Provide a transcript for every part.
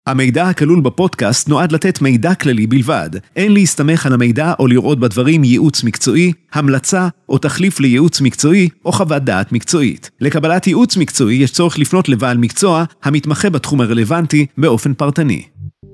המידע הכלול בפודקאסט נועד לתת מידע כללי בלבד. אין להסתמך על המידע או לראות בדברים ייעוץ מקצועי, המלצה או תחליף לייעוץ מקצועי או חוות דעת מקצועית. לקבלת ייעוץ מקצועי יש צורך לפנות לבעל מקצוע המתמחה בתחום הרלוונטי באופן פרטני.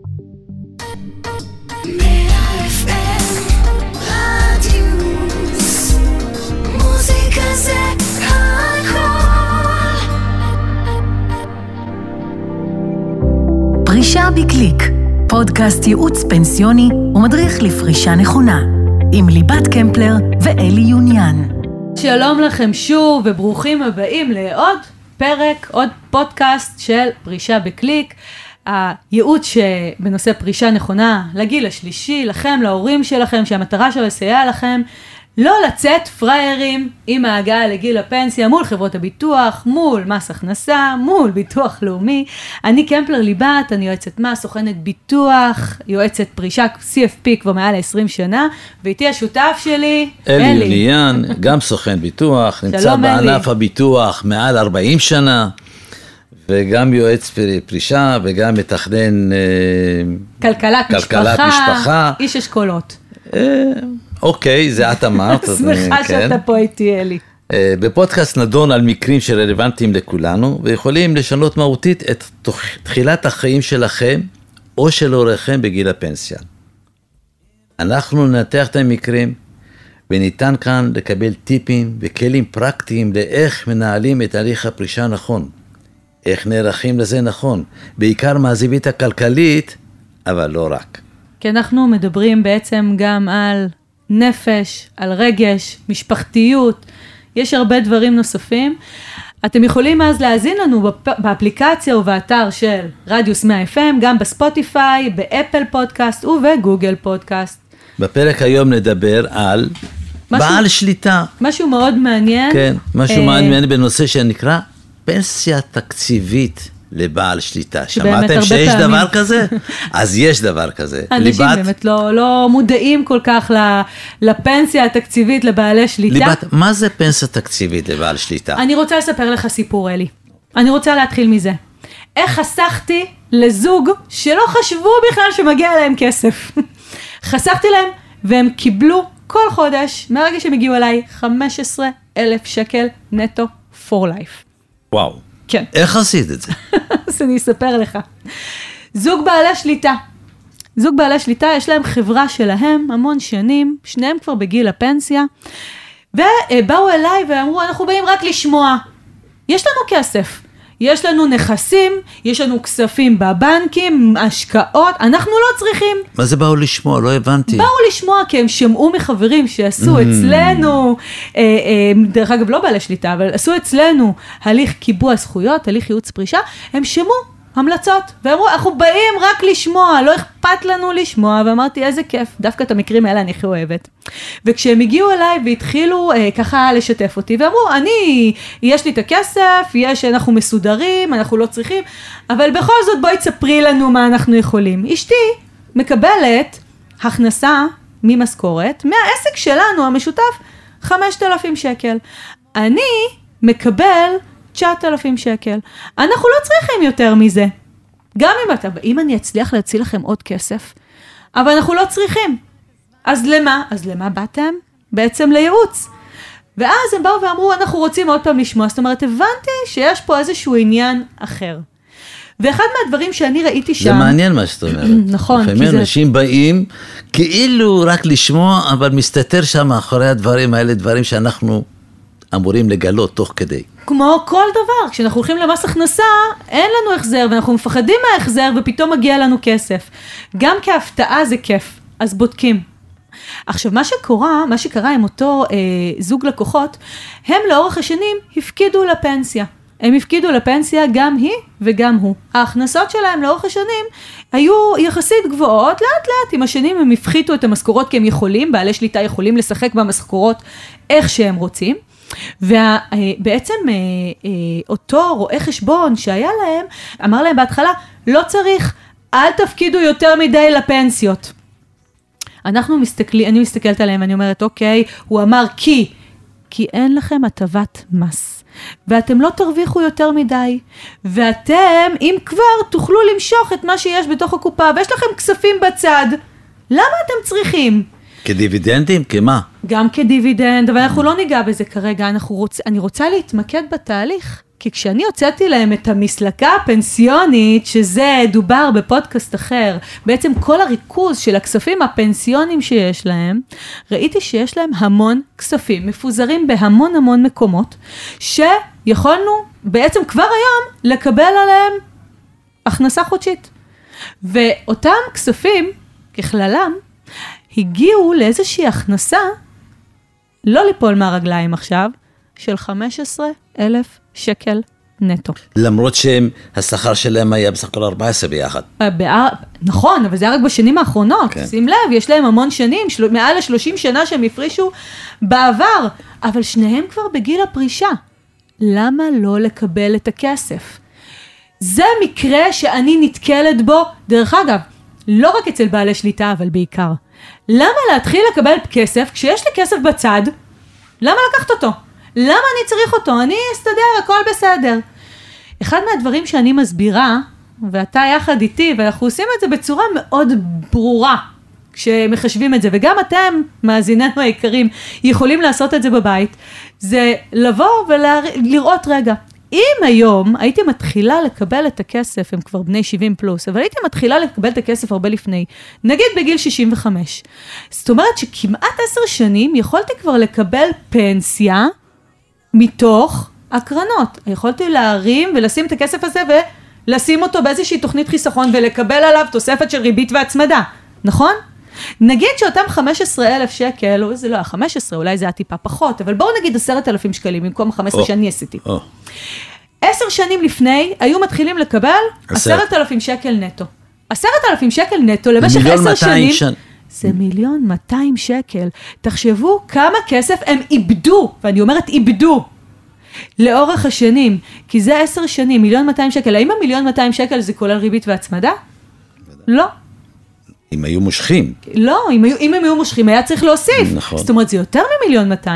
פרישה בקליק, פודקאסט ייעוץ פנסיוני ומדריך לפרישה נכונה, עם ליבת קמפלר ואלי יוניאן. שלום לכם שוב וברוכים הבאים לעוד פרק, עוד פודקאסט של פרישה בקליק, הייעוץ שבנושא פרישה נכונה לגיל השלישי, לכם, להורים שלכם, שהמטרה שלו לסייע לכם, לא לצאת פריירים עם ההגעה לגיל הפנסיה, מול חברות הביטוח, מול מס הכנסה, מול ביטוח לאומי. אני קמפלר ליבת, אני יועצת מס, סוכנת ביטוח, יועצת פרישה CFP כבר מעל 20 שנה, ואיתי השותף שלי, אלי יוניאן, גם סוכן ביטוח, נמצא בענף הביטוח מעל 40 שנה, וגם יועץ פרישה, וגם מתכנן כלכלת משפחה, איש אשכולות. אוקיי, זה את אמרת. שמחה שאתה פה איתי, אלי. בפודקאסט נדון על מקרים שרלוונטיים לכולנו, ויכולים לשנות מהותית את תחילת החיים שלכם, או של הוריכם בגיל הפנסיה. אנחנו ננתח את המקרים, וניתן כאן לקבל טיפים וכלים פרקטיים לאיך מנהלים את הליך הפרישה נכון, איך נערכים לזה נכון, בעיקר מהזווית הכלכלית, אבל לא רק. כי אנחנו מדברים בעצם גם על נפש, על רגש, משפחתיות, יש הרבה דברים נוספים. אתם יכולים אז להאזין לנו באפליקציה ובאתר של רדיוס 100 FM, גם בספוטיפיי, באפל פודקאסט ובגוגל פודקאסט. בפרק היום נדבר על בעל שליטה. משהו מאוד מעניין. כן, משהו מעניין בנושא שנקרא פנסיה תקציבית. לבעל שליטה. שמעתם שיש דבר כזה? אז יש דבר כזה. אנשים באמת לא מודעים כל כך לפנסיה התקציבית לבעלי שליטה. ליבת, מה זה פנסיה תקציבית לבעל שליטה? אני רוצה לספר לך סיפור, אלי. אני רוצה להתחיל מזה. איך חסכתי לזוג שלא חשבו בכלל שמגיע להם כסף. חסכתי להם, והם קיבלו כל חודש, מהרגע שהם הגיעו אליי, 15,000 שקל נטו for life. וואו. כן. איך עשית את זה? אז אני אספר לך. זוג בעלי שליטה, יש להם חברה שלהם המון שנים, שניהם כבר בגיל הפנסיה, ובאו אליי ואמרו, אנחנו באים רק לשמוע. יש לנו כסף, יש לנו נכסים, יש לנו כספים בבנקים, השקעות, אנחנו לא צריכים. מה זה באו לשמוע? לא הבנתי. באו לשמוע כי הם שמעו מחברים שעשו אצלנו, דרך אגב לא בעלי שליטה, אבל עשו אצלנו הליך קיבוע זכויות, הליך ייעוץ פרישה, הם שמעו המלצות, ואמרו, אנחנו באים רק לשמוע, לא אכפת לנו לשמוע, ואמרתי, איזה כיף, דווקא את המקרים האלה אני הכי אוהבת. וכשהם הגיעו אליי והתחילו ככה לשתף אותי, ואמרו, יש לי את הכסף, אנחנו מסודרים, אנחנו לא צריכים, אבל בכל זאת בואי תספרי לנו מה אנחנו יכולים. אשתי מקבלת הכנסה ממשכורת, מהעסק שלנו המשותף, 5,000 שקל. אני מקבל 9,000 שקל. אנחנו לא צריכים יותר מזה. גם אם אני אצליח להציל לכם עוד כסף, אבל אנחנו לא צריכים. אז למה באתם? בעצם לייעוץ. ואז הם באו ואמרו, אנחנו רוצים עוד פעם לשמוע. זאת אומרת, הבנתי שיש פה איזשהו עניין אחר. ואחד מהדברים שאני ראיתי שם... זה מעניין מה שאתה אומרת. נכון. לפעמים אנשים באים כאילו רק לשמוע, אבל מסתתר שם אחרי הדברים האלה, דברים שאנחנו אמורים לגלות תוך כדי. כמו כל דבר, כשאנחנו הולכים למס הכנסה, אין לנו החזר, ואנחנו מפחדים מההחזר, ופתאום מגיע לנו כסף. גם כהפתעה זה כיף, אז בודקים. עכשיו, מה שקרה עם אותו זוג לקוחות, הם לאורך השנים הפקידו לפנסיה. הם הפקידו לפנסיה גם היא וגם הוא. ההכנסות שלהם לאורך השנים היו יחסית גבוהות, לאט לאט עם השנים הם הפחיתו את המשכורות כי הם יכולים, בעלי שליטה יכולים לשחק במשכורות איך שהם רוצים. ובעצם אותו רואה חשבון שהיה להם, אמר להם בהתחלה, לא צריך, אל תפקידו יותר מדי לפנסיות. אני מסתכלת עליהם, אני אומרת, אוקיי, הוא אמר כי אין לכם הטבת מס. ואתם לא תרוויחו יותר מדי, ואתם, אם כבר, תוכלו למשוך את מה שיש בתוך הקופה, ויש לכם כספים בצד, למה אתם צריכים? כדיבידנדים? כמה? גם כדיבידנד, אבל אנחנו לא ניגע בזה כרגע, אני רוצה להתמקד בתהליך, כי כשאני הוצאתי להם את המסלקה הפנסיונית, שזה דובר בפודקאסט אחר, בעצם כל הריכוז של הכספים הפנסיונים שיש להם, ראיתי שיש להם המון כספים, מפוזרים בהמון המון מקומות, שיכולנו בעצם כבר היום לקבל עליהם הכנסה חודשית. ואותם כספים, ככללם, הגיעו לאיזושהי הכנסה, לא ליפול מהרגליים עכשיו, של 15,000 שקל נטו. למרות שהשכר שלהם היה בסך הכל 14 ביחד. נכון, אבל זה היה רק בשנים האחרונות. כן. שים לב, יש להם המון שנים, מעל ל-30 שנה שהם הפרישו בעבר, אבל שניהם כבר בגיל הפרישה. למה לא לקבל את הכסף? זה מקרה שאני נתקלת בו, דרך אגב, לא רק אצל בעלי שליטה, אבל בעיקר. למה להתחיל לקבל כסף כשיש לי כסף בצד? למה לקחת אותו? למה אני צריך אותו? אני אסתדר, הכל בסדר. אחד מהדברים שאני מסבירה, ואתה יחד איתי, ואנחנו עושים את זה בצורה מאוד ברורה, כשמחשבים את זה, וגם אתם, מאזיננו היקרים, יכולים לעשות את זה בבית, זה לבוא ולראות רגע. אם היום הייתי מתחילה לקבל את הכסף, הם כבר בני 70 פלוס, אבל הייתי מתחילה לקבל את הכסף הרבה לפני, נגיד בגיל 65. זאת אומרת שכמעט 10 שנים יכולתי כבר לקבל פנסיה מתוך הקרנות. יכולתי להרים ולשים את הכסף הזה ולשים אותו באיזושהי תוכנית חיסכון ולקבל עליו תוספת של ריבית והצמדה, נכון? נגיד שאותם 15,000 שקל, או זה לא היה 15, אולי זה היה טיפה פחות, אבל בואו נגיד 10,000 שקלים, במקום 15 שאני עשיתי. 10 שנים לפני, היו מתחילים לקבל 10,000 שקל נטו. 10,000 שקל נטו למשך 10 שנים, זה 1,200,000 שקל. תחשבו כמה כסף הם איבדו, ואני אומרת איבדו, לאורך השנים, כי זה 10 שנים, 1,200,000 שקל. האם 1,200,000 שקל זה כולל ריבית והצמדה? לא. אם היו מושכים. לא, אם הם היו מושכים, היה צריך להוסיף. נכון. זאת אומרת, זה יותר מ1,200,000.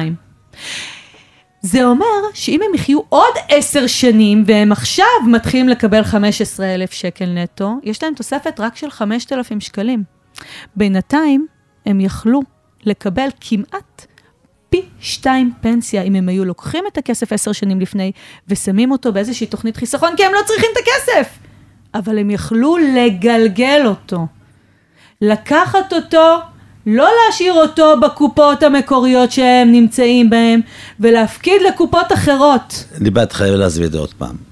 זה אומר שאם הם יחיו עוד 10 שנים, והם עכשיו מתחילים לקבל 15,000 שקל נטו, יש להם תוספת רק של 5,000 שקלים. בינתיים, הם יכלו לקבל כמעט פי 2 פנסיה, אם הם היו לוקחים את הכסף 10 שנים לפני, ושמים אותו באיזושהי תוכנית חיסכון, כי הם לא צריכים את הכסף. אבל הם יכלו לגלגל אותו. לקחת אותו, לא להשאיר אותו בקופות המקוריות שהם נמצאים בהם, ולהפקיד לקופות אחרות. ליבת חייב להסביר את זה עוד פעם.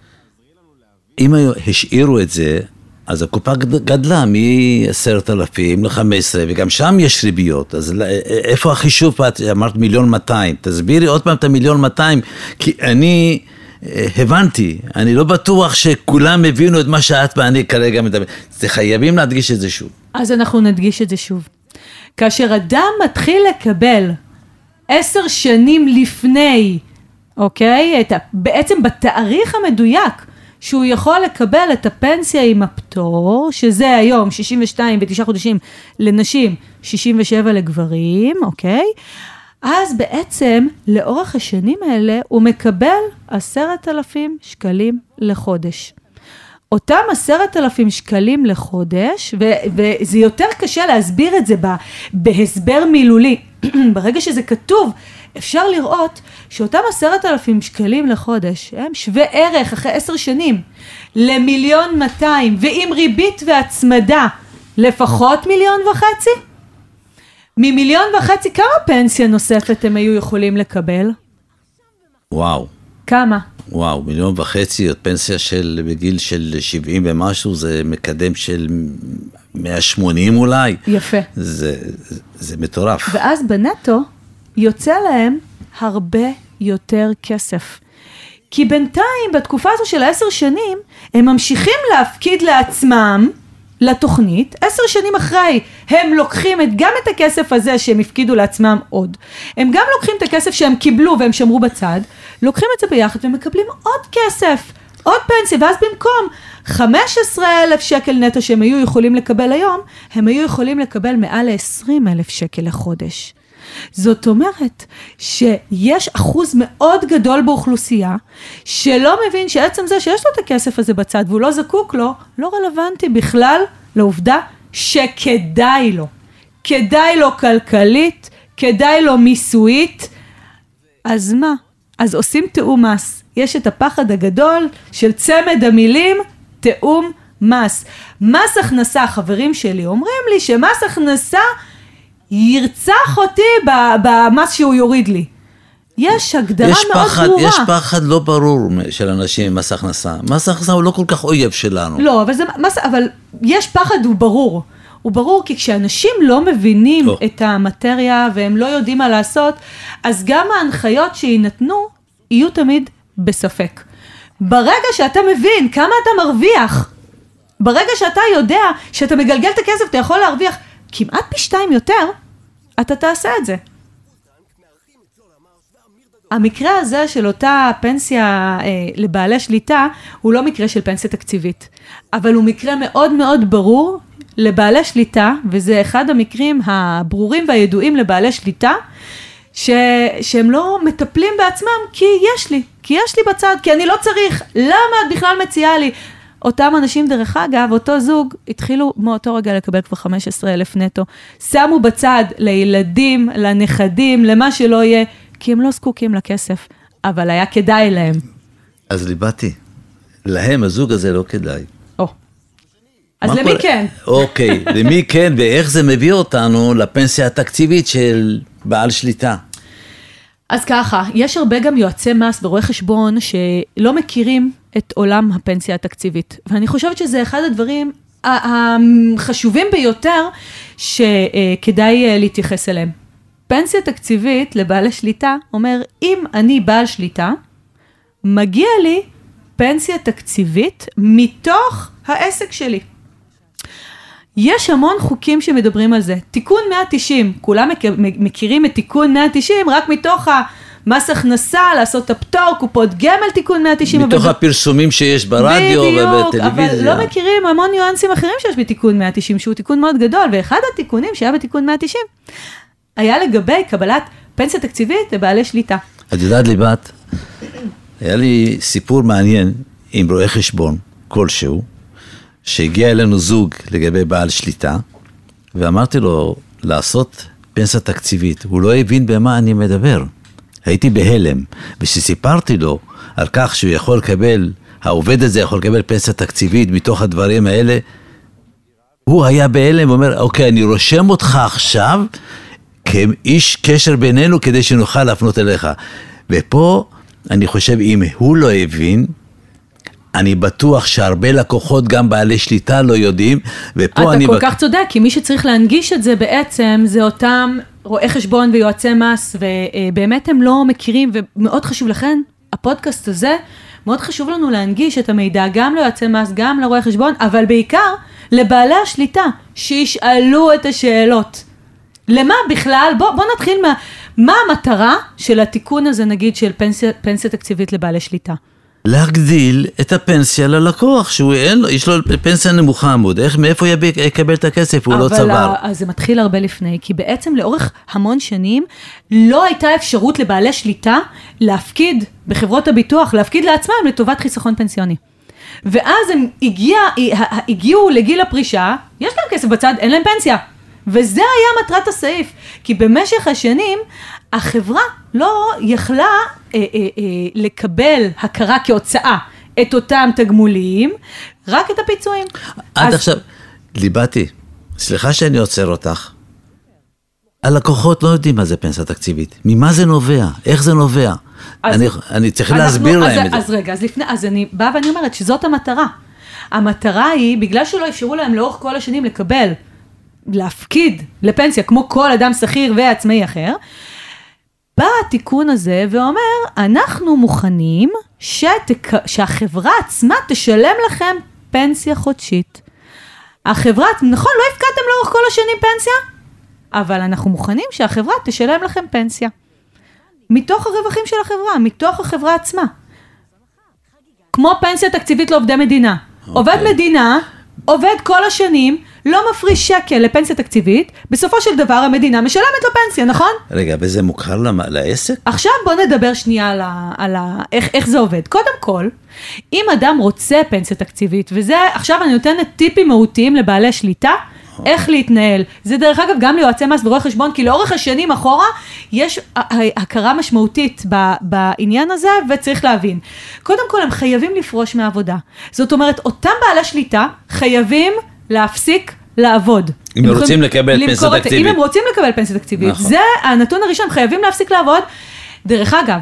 אם השאירו את זה, אז הקופה גדלה מ10,000 ל-15, וגם שם יש ריביות. אז איפה החישוב? אמרת 1,200,000. תסבירי עוד פעם את 1,200,000, כי אני הבנתי, אני לא בטוח שכולם הבינו את מה שאת ואני כרגע מדבר. זה חייבים להדגיש את זה שוב. אז אנחנו נדגיש את זה שוב. כאשר אדם מתחיל לקבל 10 שנים לפני, אוקיי? בעצם בתאריך המדויק, שהוא יכול לקבל את הפנסיה עם הפטור, שזה היום 62 ו9 חודשים לנשים, 67 לגברים, אוקיי? אז בעצם לאורך השנים האלה הוא מקבל 10,000 שקלים לחודש. אותם 10,000 שקלים לחודש, וזה יותר קשה להסביר את זה בהסבר מילולי. ברגע שזה כתוב, אפשר לראות שאותם 10,000 שקלים לחודש, הם שווה ערך אחרי 10 שנים, ל1,200,000, ועם ריבית והצמדה, לפחות 1,500,000? מ1,500,000, כמה פנסיה נוספת הם היו יכולים לקבל? וואו. כמה? וואו, 1,500,000, עוד פנסיה בגיל של 70 ומשהו, זה מקדם של 180 אולי. יפה. זה מטורף. ואז בנטו יוצא להם הרבה יותר כסף. כי בינתיים, בתקופה הזו של 10 שנים, הם ממשיכים להפקיד לעצמם, לתוכנית, 10 שנים אחרי, הם לוקחים גם את הכסף הזה שהם הפקידו לעצמם עוד. הם גם לוקחים את הכסף שהם קיבלו והם שמרו בצד, לוקחים את זה ביחד ומקבלים עוד כסף, עוד פנסיה, ואז במקום 15,000 שקל נטו שהם היו יכולים לקבל היום, הם היו יכולים לקבל מעל ל20,000 שקל לחודש. זאת אומרת שיש אחוז מאוד גדול באוכלוסייה, שלא מבין שעצם זה שיש לו את הכסף הזה בצד, והוא לא זקוק לו, לא רלוונטי בכלל לעובדה שכדאי לו. כדאי לו כלכלית, כדאי לו מיסויית, אז מה? אז עושים תאום מס. יש את הפחד הגדול של צמד המילים, תאום מס. מס הכנסה, חברים שלי אומרים לי שמס הכנסה ירצח אותי במס שהוא יוריד לי. יש הגדרה מאוד ברורה. יש פחד לא ברור של אנשים עם מס הכנסה. מס הכנסה הוא לא כל כך אויב שלנו. לא, אבל יש פחד, הוא ברור. הוא ברור כי כשאנשים לא מבינים את המטריה והם לא יודעים מה לעשות, אז גם ההנחיות שיינתנו יהיו תמיד בספק. ברגע שאתה מבין כמה אתה מרוויח, ברגע שאתה יודע שאתה מגלגל את הכסף, אתה יכול להרוויח כמעט פי 2 יותר, אתה תעשה את זה. המקרה הזה של אותה פנסיה לבעלי שליטה, הוא לא מקרה של פנסיה תקציבית, אבל הוא מקרה מאוד מאוד ברור לבעלי שליטה, וזה אחד המקרים הברורים והידועים לבעלי שליטה, שהם לא מטפלים בעצמם, כי יש לי בצד, כי אני לא צריך, למה את בכלל מציעה לי? אותם אנשים דרך אגב, אותו זוג, התחילו מאותו רגע לקבל כבר 15,000 נטו, שמו בצד לילדים, לנכדים, למה שלא יהיה, כי הם לא זקוקים לכסף, אבל היה כדאי להם. אז ליבתי, להם הזוג הזה לא כדאי. אז למי כן? אוקיי, למי כן, ואיך זה מביא אותנו לפנסיה התקציבית של בעל שליטה? אז ככה, יש הרבה גם יועצי מס ורואי חשבון שלא מכירים את עולם הפנסיה התקציבית, ואני חושבת שזה אחד הדברים החשובים ביותר שכדאי להתייחס אליהם. פנסיה תקציבית לבעל שליטה אומר, אם אני בעל שליטה, מגיע לי פנסיה תקציבית מתוך העסק שלי. יש המון חוקים שמדברים על זה. תיקון 190, כולם מכירים את תיקון 190, רק מתוך המס הכנסה, לעשות הפטור, קופות גמל תיקון 190. מתוך הפרסומים שיש ברדיו ובטלוויזיה. אבל לא מכירים המון ניואנסים אחרים שיש בתיקון 190, שהוא תיקון מאוד גדול, ואחד התיקונים שהיה בתיקון 190, היה לגבי קבלת פנסיה תקציבית לבעלי שליטה. את יודעת ליבת, היה לי סיפור מעניין עם רואה חשבון כלשהו, שהגיע אלינו זוג לגבי בעל שליטה, ואמרתי לו לעשות פנסיה תקציבית. הוא לא הבין במה אני מדבר. הייתי בהלם, ושסיפרתי לו על כך שהוא יכול לקבל, העובד הזה יכול לקבל פנסיה תקציבית מתוך הדברים האלה, הוא היה בהלם ואומר, אוקיי, אני רושם אותך עכשיו כאיש קשר בינינו כדי שנוכל להפנות אליך. ופה אני חושב, אם הוא לא הבין, אני בטוח שהרבה לקוחות גם בעלי שליטה לא יודעים, ופה אתה כל כך צודק, כי מי שצריך להנגיש את זה בעצם, זה אותם רואי חשבון ויועצי מס, ובאמת הם לא מכירים, ומאוד חשוב לכן, הפודקאסט הזה, מאוד חשוב לנו להנגיש את המידע, גם ליועצי מס, גם לרואי חשבון, אבל בעיקר לבעלי השליטה, שישאלו את השאלות. למה בכלל? בוא נתחיל מה המטרה של התיקון הזה, נגיד, של פנסיה תקציבית לבעלי שליטה? להגדיל את הפנסיה ללקוח, יש לו פנסיה נמוכה מאוד, מאיפה יקבל את הכסף, הוא לא צבר. אז זה מתחיל הרבה לפני, כי בעצם לאורך המון שנים, לא הייתה אפשרות לבעלי שליטה להפקיד בחברות הביטוח, להפקיד לעצמם לטובת חיסכון פנסיוני. ואז הם הגיעו לגיל הפרישה, יש להם כסף בצד, אין להם פנסיה. וזה היה מטרת הסעיף, כי במשך השנים, החברה לא יכלה לקבל הכרה כהוצאה את אותם תגמולים, רק את הפיצויים. עד עכשיו, ליבתי, סליחה שאני עוצר אותך, הלקוחות לא יודעים מה זה פנסיה תקציבית, ממה זה נובע, איך זה נובע, אני צריך להסביר להם את זה. אז רגע, אז אני באה ואני אומרת שזאת המטרה. המטרה היא, בגלל שלא אפשרו להם לאורך כל השנים לקבל, להפקיד לפנסיה, כמו כל אדם שכיר ועצמאי אחר, בא התיקון הזה ואומר, אנחנו מוכנים שהחברה עצמה תשלם לכם פנסיה חודשית. החברה, נכון, לא הפקדתם לאורך כל השנים פנסיה, אבל אנחנו מוכנים שהחברה תשלם לכם פנסיה. מתוך הרווחים של החברה, מתוך החברה עצמה. כמו פנסיה תקציבית לעובדי מדינה. עובד מדינה, עובד כל השנים, לא מפריש שקל לפנסיה תקציבית, בסופו של דבר המדינה משלמת לו פנסיה, נכון? רגע, וזה מוכר לעסק? עכשיו בוא נדבר שנייה על איך זה עובד. קודם כל, אם אדם רוצה פנסיה תקציבית, וזה, עכשיו אני נותנת טיפים מהותיים לבעלי שליטה, איך להתנהל. זה דרך אגב גם ליועצי מס ורואי חשבון, כי לאורך השנים אחורה, יש הכרה משמעותית בעניין הזה, וצריך להבין. קודם כל, הם חייבים לפרוש מהעבודה. זאת אומרת, אותם בעלי שליטה חייבים להפסיק לעבוד. אם הם רוצים לקבל פנסיה תקציבית. אם הם רוצים לקבל פנסיה תקציבית. נכון. זה הנתון הראשון, חייבים להפסיק לעבוד. דרך אגב,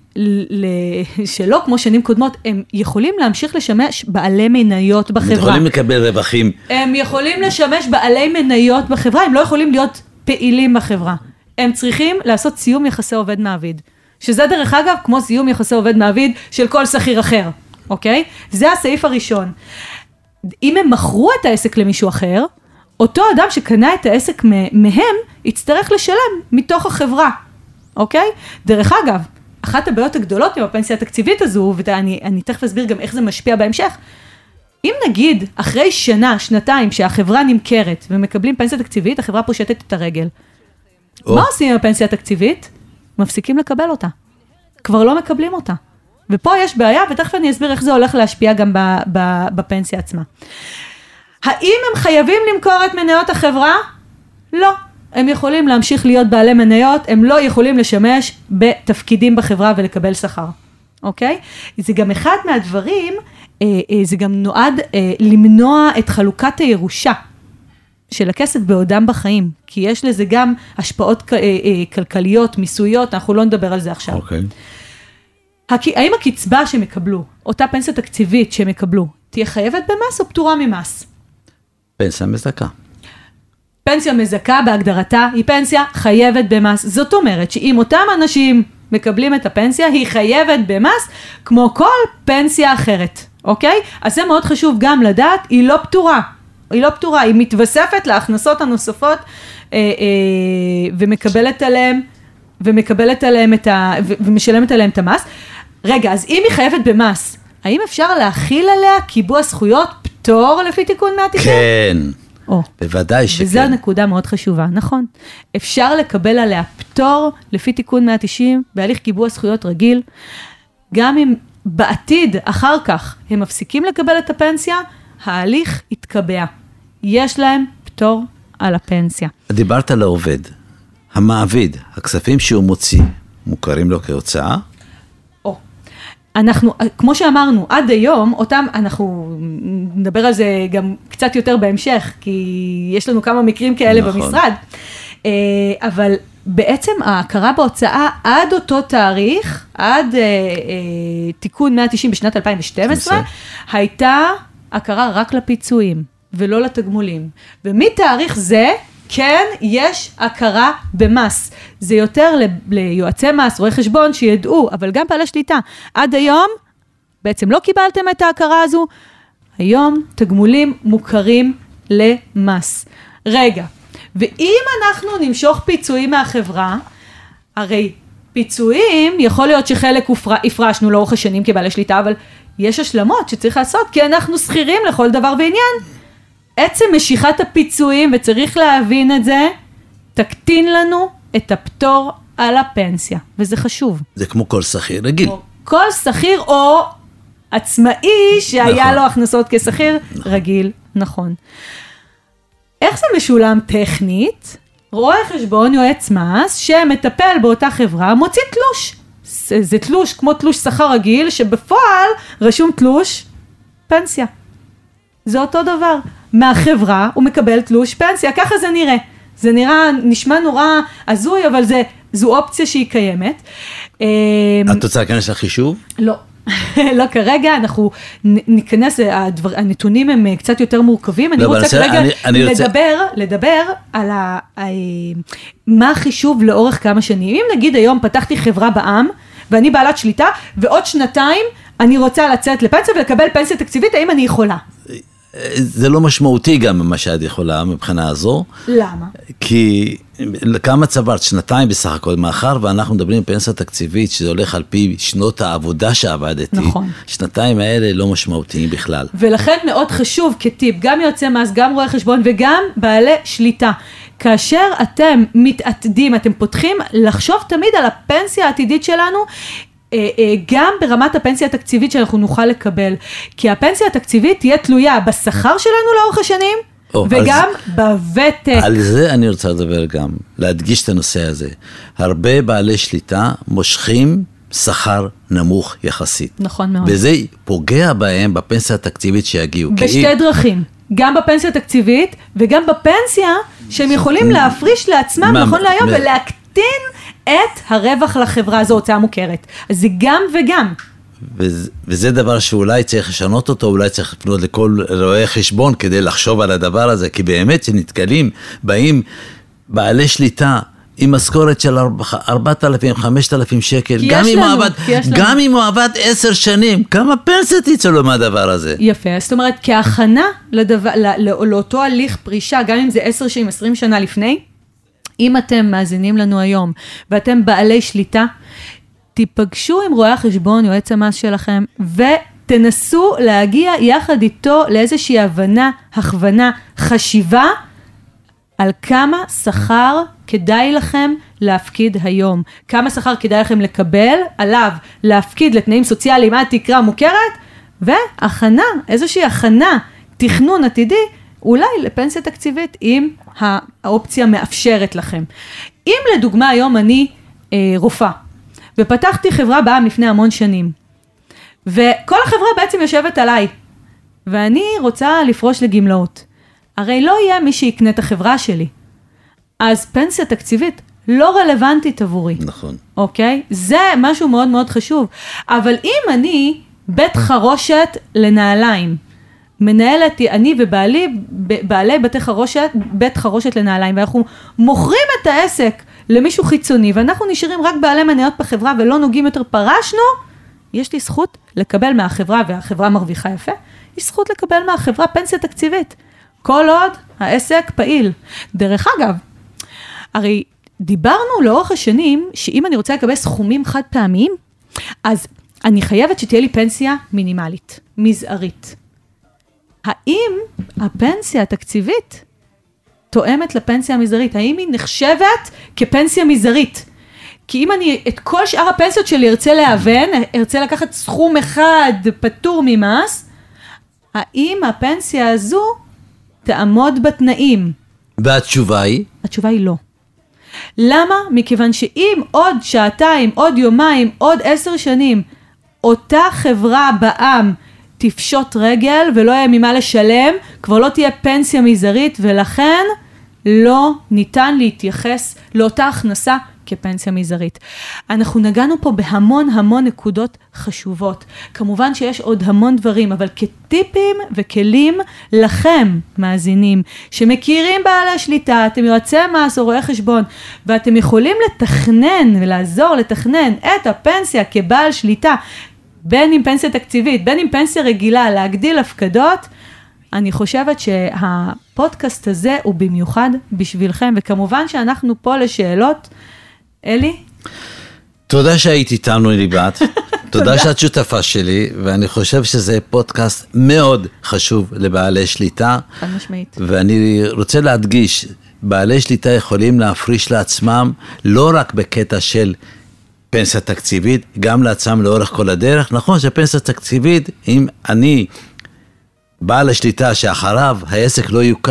שלא כמו שנים קודמות, הם יכולים להמשיך לשמש בעלי מניות בחברה. הם יכולים לקבל רווחים. הם יכולים לשמש בעלי מניות בחברה, הם לא יכולים להיות פעילים בחברה. הם צריכים לעשות סיום יחסי עובד מעביד. שזה דרך אגב כמו סיום יחסי עובד מעביד של כל שכיר אחר. אוקיי? זה הסעיף הראשון. אם הם מכרו את העסק למישהו אחר, אותו אדם שקנה את העסק מהם, יצטרך לשלם מתוך החברה. אוקיי? דרך אגב, אחת הבעיות הגדולות עם הפנסיה התקציבית הזו, ואני תכף אסביר גם איך זה משפיע בהמשך, אם נגיד אחרי שנה, שנתיים, שהחברה נמכרת ומקבלים פנסיה תקציבית, החברה פושטת את הרגל. מה עושים עם הפנסיה התקציבית? מפסיקים לקבל אותה. כבר לא מקבלים אותה. ופה יש בעיה, ותכף אני אסביר איך זה הולך להשפיע גם בפנסיה עצמה. האם הם חייבים למכור את מניות החברה? לא. הם יכולים להמשיך להיות בעלי מניות, הם לא יכולים לשמש בתפקידים בחברה ולקבל שכר. אוקיי? זה גם אחד מהדברים, זה גם נועד למנוע את חלוקת הירושה של הכסף בעודם בחיים, כי יש לזה גם השפעות כלכליות, מיסויות, אנחנו לא נדבר על זה עכשיו. אוקיי. האם הקצבה שהם יקבלו, אותה פנסיה תקציבית שהם יקבלו, תהיה חייבת במס או פטורה ממס? פנסיה מזכה. פנסיה מזכה בהגדרתה היא פנסיה חייבת במס. זאת אומרת שאם אותם אנשים מקבלים את הפנסיה, היא חייבת במס כמו כל פנסיה אחרת. אוקיי? אז זה מאוד חשוב גם לדעת, היא לא פטורה. היא לא פטורה, היא מתווספת להכנסות הנוספות ומקבלת עליהם ומשלמת עליהם את המס. רגע, אז אם היא חייבת במס, האם אפשר להכיל עליה קיבוע זכויות פטור לפי תיקון 190? כן. בוודאי שכן. וזו נקודה מאוד חשובה, נכון. אפשר לקבל עליה פטור לפי תיקון 190 בהליך קיבוע זכויות רגיל, גם אם בעתיד אחר כך הם מפסיקים לקבל את הפנסיה, ההליך יתקבע. יש להם פטור על הפנסיה. דיברת על העובד, המעביד, הכספים שהוא מוציא, מוכרים לו כהוצאה? אנחנו, כמו שאמרנו, עד היום, אותם, אנחנו נדבר על זה גם קצת יותר בהמשך, כי יש לנו כמה מקרים כאלה נכון. במשרד, אבל בעצם ההכרה בהוצאה עד אותו תאריך, עד תיקון 190 בשנת 2012, הייתה הכרה רק לפיצויים, ולא לתגמולים. ומתאריך זה, כן, יש הכרה במס. זה יותר ליועצי מס, רואי חשבון שידעו, אבל גם בעלי שליטה. עד היום, בעצם לא קיבלתם את ההכרה הזו, היום תגמולים מוכרים למס. רגע, ואם אנחנו נמשוך פיצויים מהחברה, הרי פיצויים, יכול להיות שחלק הפרשנו לאורך השנים כבעלי שליטה, אבל יש השלמות שצריך לעשות, כי אנחנו שכירים לכל דבר ועניין. עצם משיכת הפיצויים, וצריך להבין את זה, תקטין לנו את הפטור על הפנסיה, וזה חשוב. זה כמו כל שכיר רגיל. כל שכיר או עצמאי שהיה נכון. לו הכנסות כשכיר נכון. רגיל, נכון. איך זה משולם טכנית? רואה חשבון יועץ מס שמטפל באותה חברה, מוציא תלוש. זה תלוש כמו תלוש שכר רגיל, שבפועל רשום תלוש פנסיה. זה אותו דבר. מהחברה הוא מקבל תלוש פנסיה, ככה זה נראה. זה נשמע נורא הזוי, אבל זו אופציה שהיא קיימת. את רוצה להיכנס לחישוב? לא. לא כרגע, אנחנו ניכנס, הנתונים הם קצת יותר מורכבים, אני רוצה כרגע לדבר על מה החישוב לאורך כמה שנים. אם נגיד היום פתחתי חברה בעם, ואני בעלת שליטה, ועוד שנתיים אני רוצה לצאת לפנסיה ולקבל פנסיה תקציבית, האם אני יכולה? זה לא משמעותי גם מה שאת יכולה מבחינה הזו. למה? כי כמה צברת, 2 בסך הכל, מאחר ואנחנו מדברים פנסיה תקציבית, שזה הולך על פי שנות העבודה שעבדתי. נכון. 2 האלה לא משמעותיים בכלל. ולכן מאוד חשוב כטיפ, גם יועצי מס, גם רואי חשבון וגם בעלי שליטה. כאשר אתם מתעתדים, אתם פותחים לחשוב תמיד על הפנסיה העתידית שלנו, גם ברמת הפנסיה התקציבית שאנחנו נוכל לקבל, כי הפנסיה התקציבית תהיה תלויה בשכר שלנו לאורך השנים, וגם בוותק. על זה אני רוצה לדבר גם, להדגיש את הנושא הזה. הרבה בעלי שליטה מושכים שכר נמוך יחסית. נכון מאוד. וזה פוגע בהם בפנסיה התקציבית שיגיעו. בשתי דרכים, גם בפנסיה התקציבית וגם בפנסיה שהם יכולים להפריש לעצמם נכון להיום ולהקטין את הרווח לחברה, זו הוצאה מוכרת. אז זה גם וגם. וזה דבר שאולי צריך לשנות אותו, אולי צריך לפנות לכל רואי חשבון כדי לחשוב על הדבר הזה, כי באמת שנתקלים, באים בעלי שליטה עם משכורת של 4,000, 5,000 שקל, גם אם הוא עבד 10 שנים, כמה פנסיה תצא לו מהדבר הזה? יפה, זאת אומרת, כהכנה לאותו הליך פרישה, גם אם זה 10 שנים, 20 שנה לפני, אם אתם מאזינים לנו היום, ואתם בעלי שליטה, תיפגשו עם רואי החשבון, יועץ המס שלכם, ותנסו להגיע יחד איתו לאיזושהי הבנה, הכוונה, חשיבה, על כמה שכר כדאי לכם להפקיד היום. כמה שכר כדאי לכם לקבל, עליו להפקיד לתנאים סוציאליים עד תקרה מוכרת, והכנה, איזושהי הכנה, תכנון עתידי, אולי לפנסיה תקציבית, אם האופציה מאפשרת לכם. אם לדוגמה היום אני רופאה, ופתחתי חברה בעם לפני המון שנים, וכל החברה בעצם יושבת עליי, ואני רוצה לפרוש לגמלאות. הרי לא יהיה מי שיקנה את החברה שלי. אז פנסיה תקציבית לא רלוונטית עבורי. נכון. אוקיי? זה משהו מאוד מאוד חשוב. אבל אם אני בית חרושת לנעליים, מנהלת, אני ובעלי, בעלי בית חרושת לנעליים, ואנחנו מוכרים את העסק למישהו חיצוני, ואנחנו נשארים רק בעלי מניות בחברה, ולא נוגעים יותר, פרשנו, יש לי זכות לקבל מהחברה, והחברה מרוויחה יפה, יש זכות לקבל מהחברה פנסיה תקציבית. כל עוד העסק פעיל. דרך אגב, הרי דיברנו לאורך השנים, שאם אני רוצה לקבל סכומים חד פעמיים, אז אני חייבת שתהיה לי פנסיה מינימלית, מזערית. האם הפנסיה התקציבית תואמת לפנסיה המזערית? האם היא נחשבת כפנסיה מזערית? כי אם אני את כל שאר הפנסיות שלי ארצה להיוון, ארצה לקחת סכום אחד פטור ממס, האם הפנסיה הזו תעמוד בתנאים? והתשובה היא? התשובה היא לא. למה? מכיוון שאם עוד שעתיים, עוד יומיים, עוד 10 שנים, אותה חברה בעם תפשוט רגל ולא יהיה ממה לשלם, כבר לא תהיה פנסיה מזערית, ולכן לא ניתן להתייחס לאותה הכנסה כפנסיה מזערית. אנחנו נגענו פה בהמון המון נקודות חשובות. כמובן שיש עוד המון דברים, אבל כטיפים וכלים לכם, מאזינים, שמכירים בעלי שליטה, אתם יועצי מס או רואי חשבון, ואתם יכולים לתכנן ולעזור לתכנן את הפנסיה כבעל שליטה, בין עם פנסיה תקציבית, בין עם פנסיה רגילה, להגדיל הפקדות, אני חושבת שהפודקאסט הזה הוא במיוחד בשבילכם, וכמובן שאנחנו פה לשאלות. אלי? תודה שהיית איתנו, ליבת. תודה שאת שותפה שלי, ואני חושב שזה פודקאסט מאוד חשוב לבעלי שליטה. חד משמעית. ואני רוצה להדגיש, בעלי שליטה יכולים להפריש לעצמם, לא רק בקטע של פנסיה תקציבית, גם לעצמם לאורך כל הדרך. נכון שפנסיה תקציבית, אם אני בעל השליטה שאחריו העסק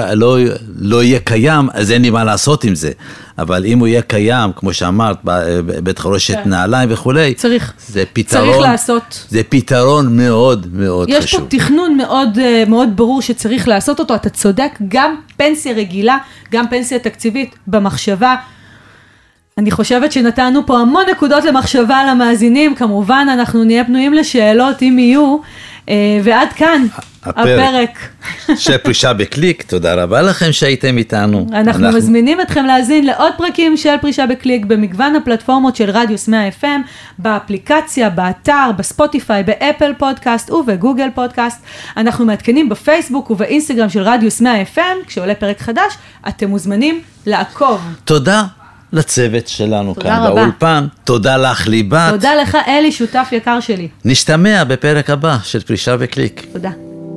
לא יהיה קיים, אז אין לי מה לעשות עם זה. אבל אם הוא יהיה קיים, כמו שאמרת, בית חרושת נעליים וכולי, צריך לעשות. זה פתרון מאוד מאוד חשוב. יש פה תכנון מאוד מאוד ברור שצריך לעשות אותו. אתה צודק, גם פנסיה רגילה, גם פנסיה תקציבית במחשבה. אני חושבת שנתנו פה המון נקודות למחשבה למאזינים. כמובן, אנחנו נהיה פנויים לשאלות אם יהיו. ועד כאן הפרק. של פרישה בקליק. תודה רבה לכם שהייתם איתנו. אנחנו מזמינים אתכם להאזין לעוד פרקים של פרישה בקליק במגוון הפלטפורמות של רדיוס 100 FM, באפליקציה, באתר, בספוטיפיי, באפל פודקאסט ובגוגל פודקאסט. אנחנו מעדכנים בפייסבוק ובאינסטגרם של רדיוס 100 FM, כשעולה פרק חדש, אתם מוזמנים לעקוב. תודה לצוות שלנו כאן רבה. באולפן. תודה לך ליבת. תודה לך אלי, שותף יקר שלי. נשתמע בפרק הבא של פרישה בקליק. תודה.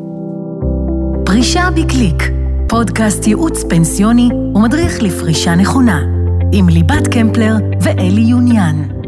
פרישה בקליק, פודקאסט ייעוץ פנסיוני ומדריך לפרישה נכונה, עם ליבת קמפלר ואלי יוניאן.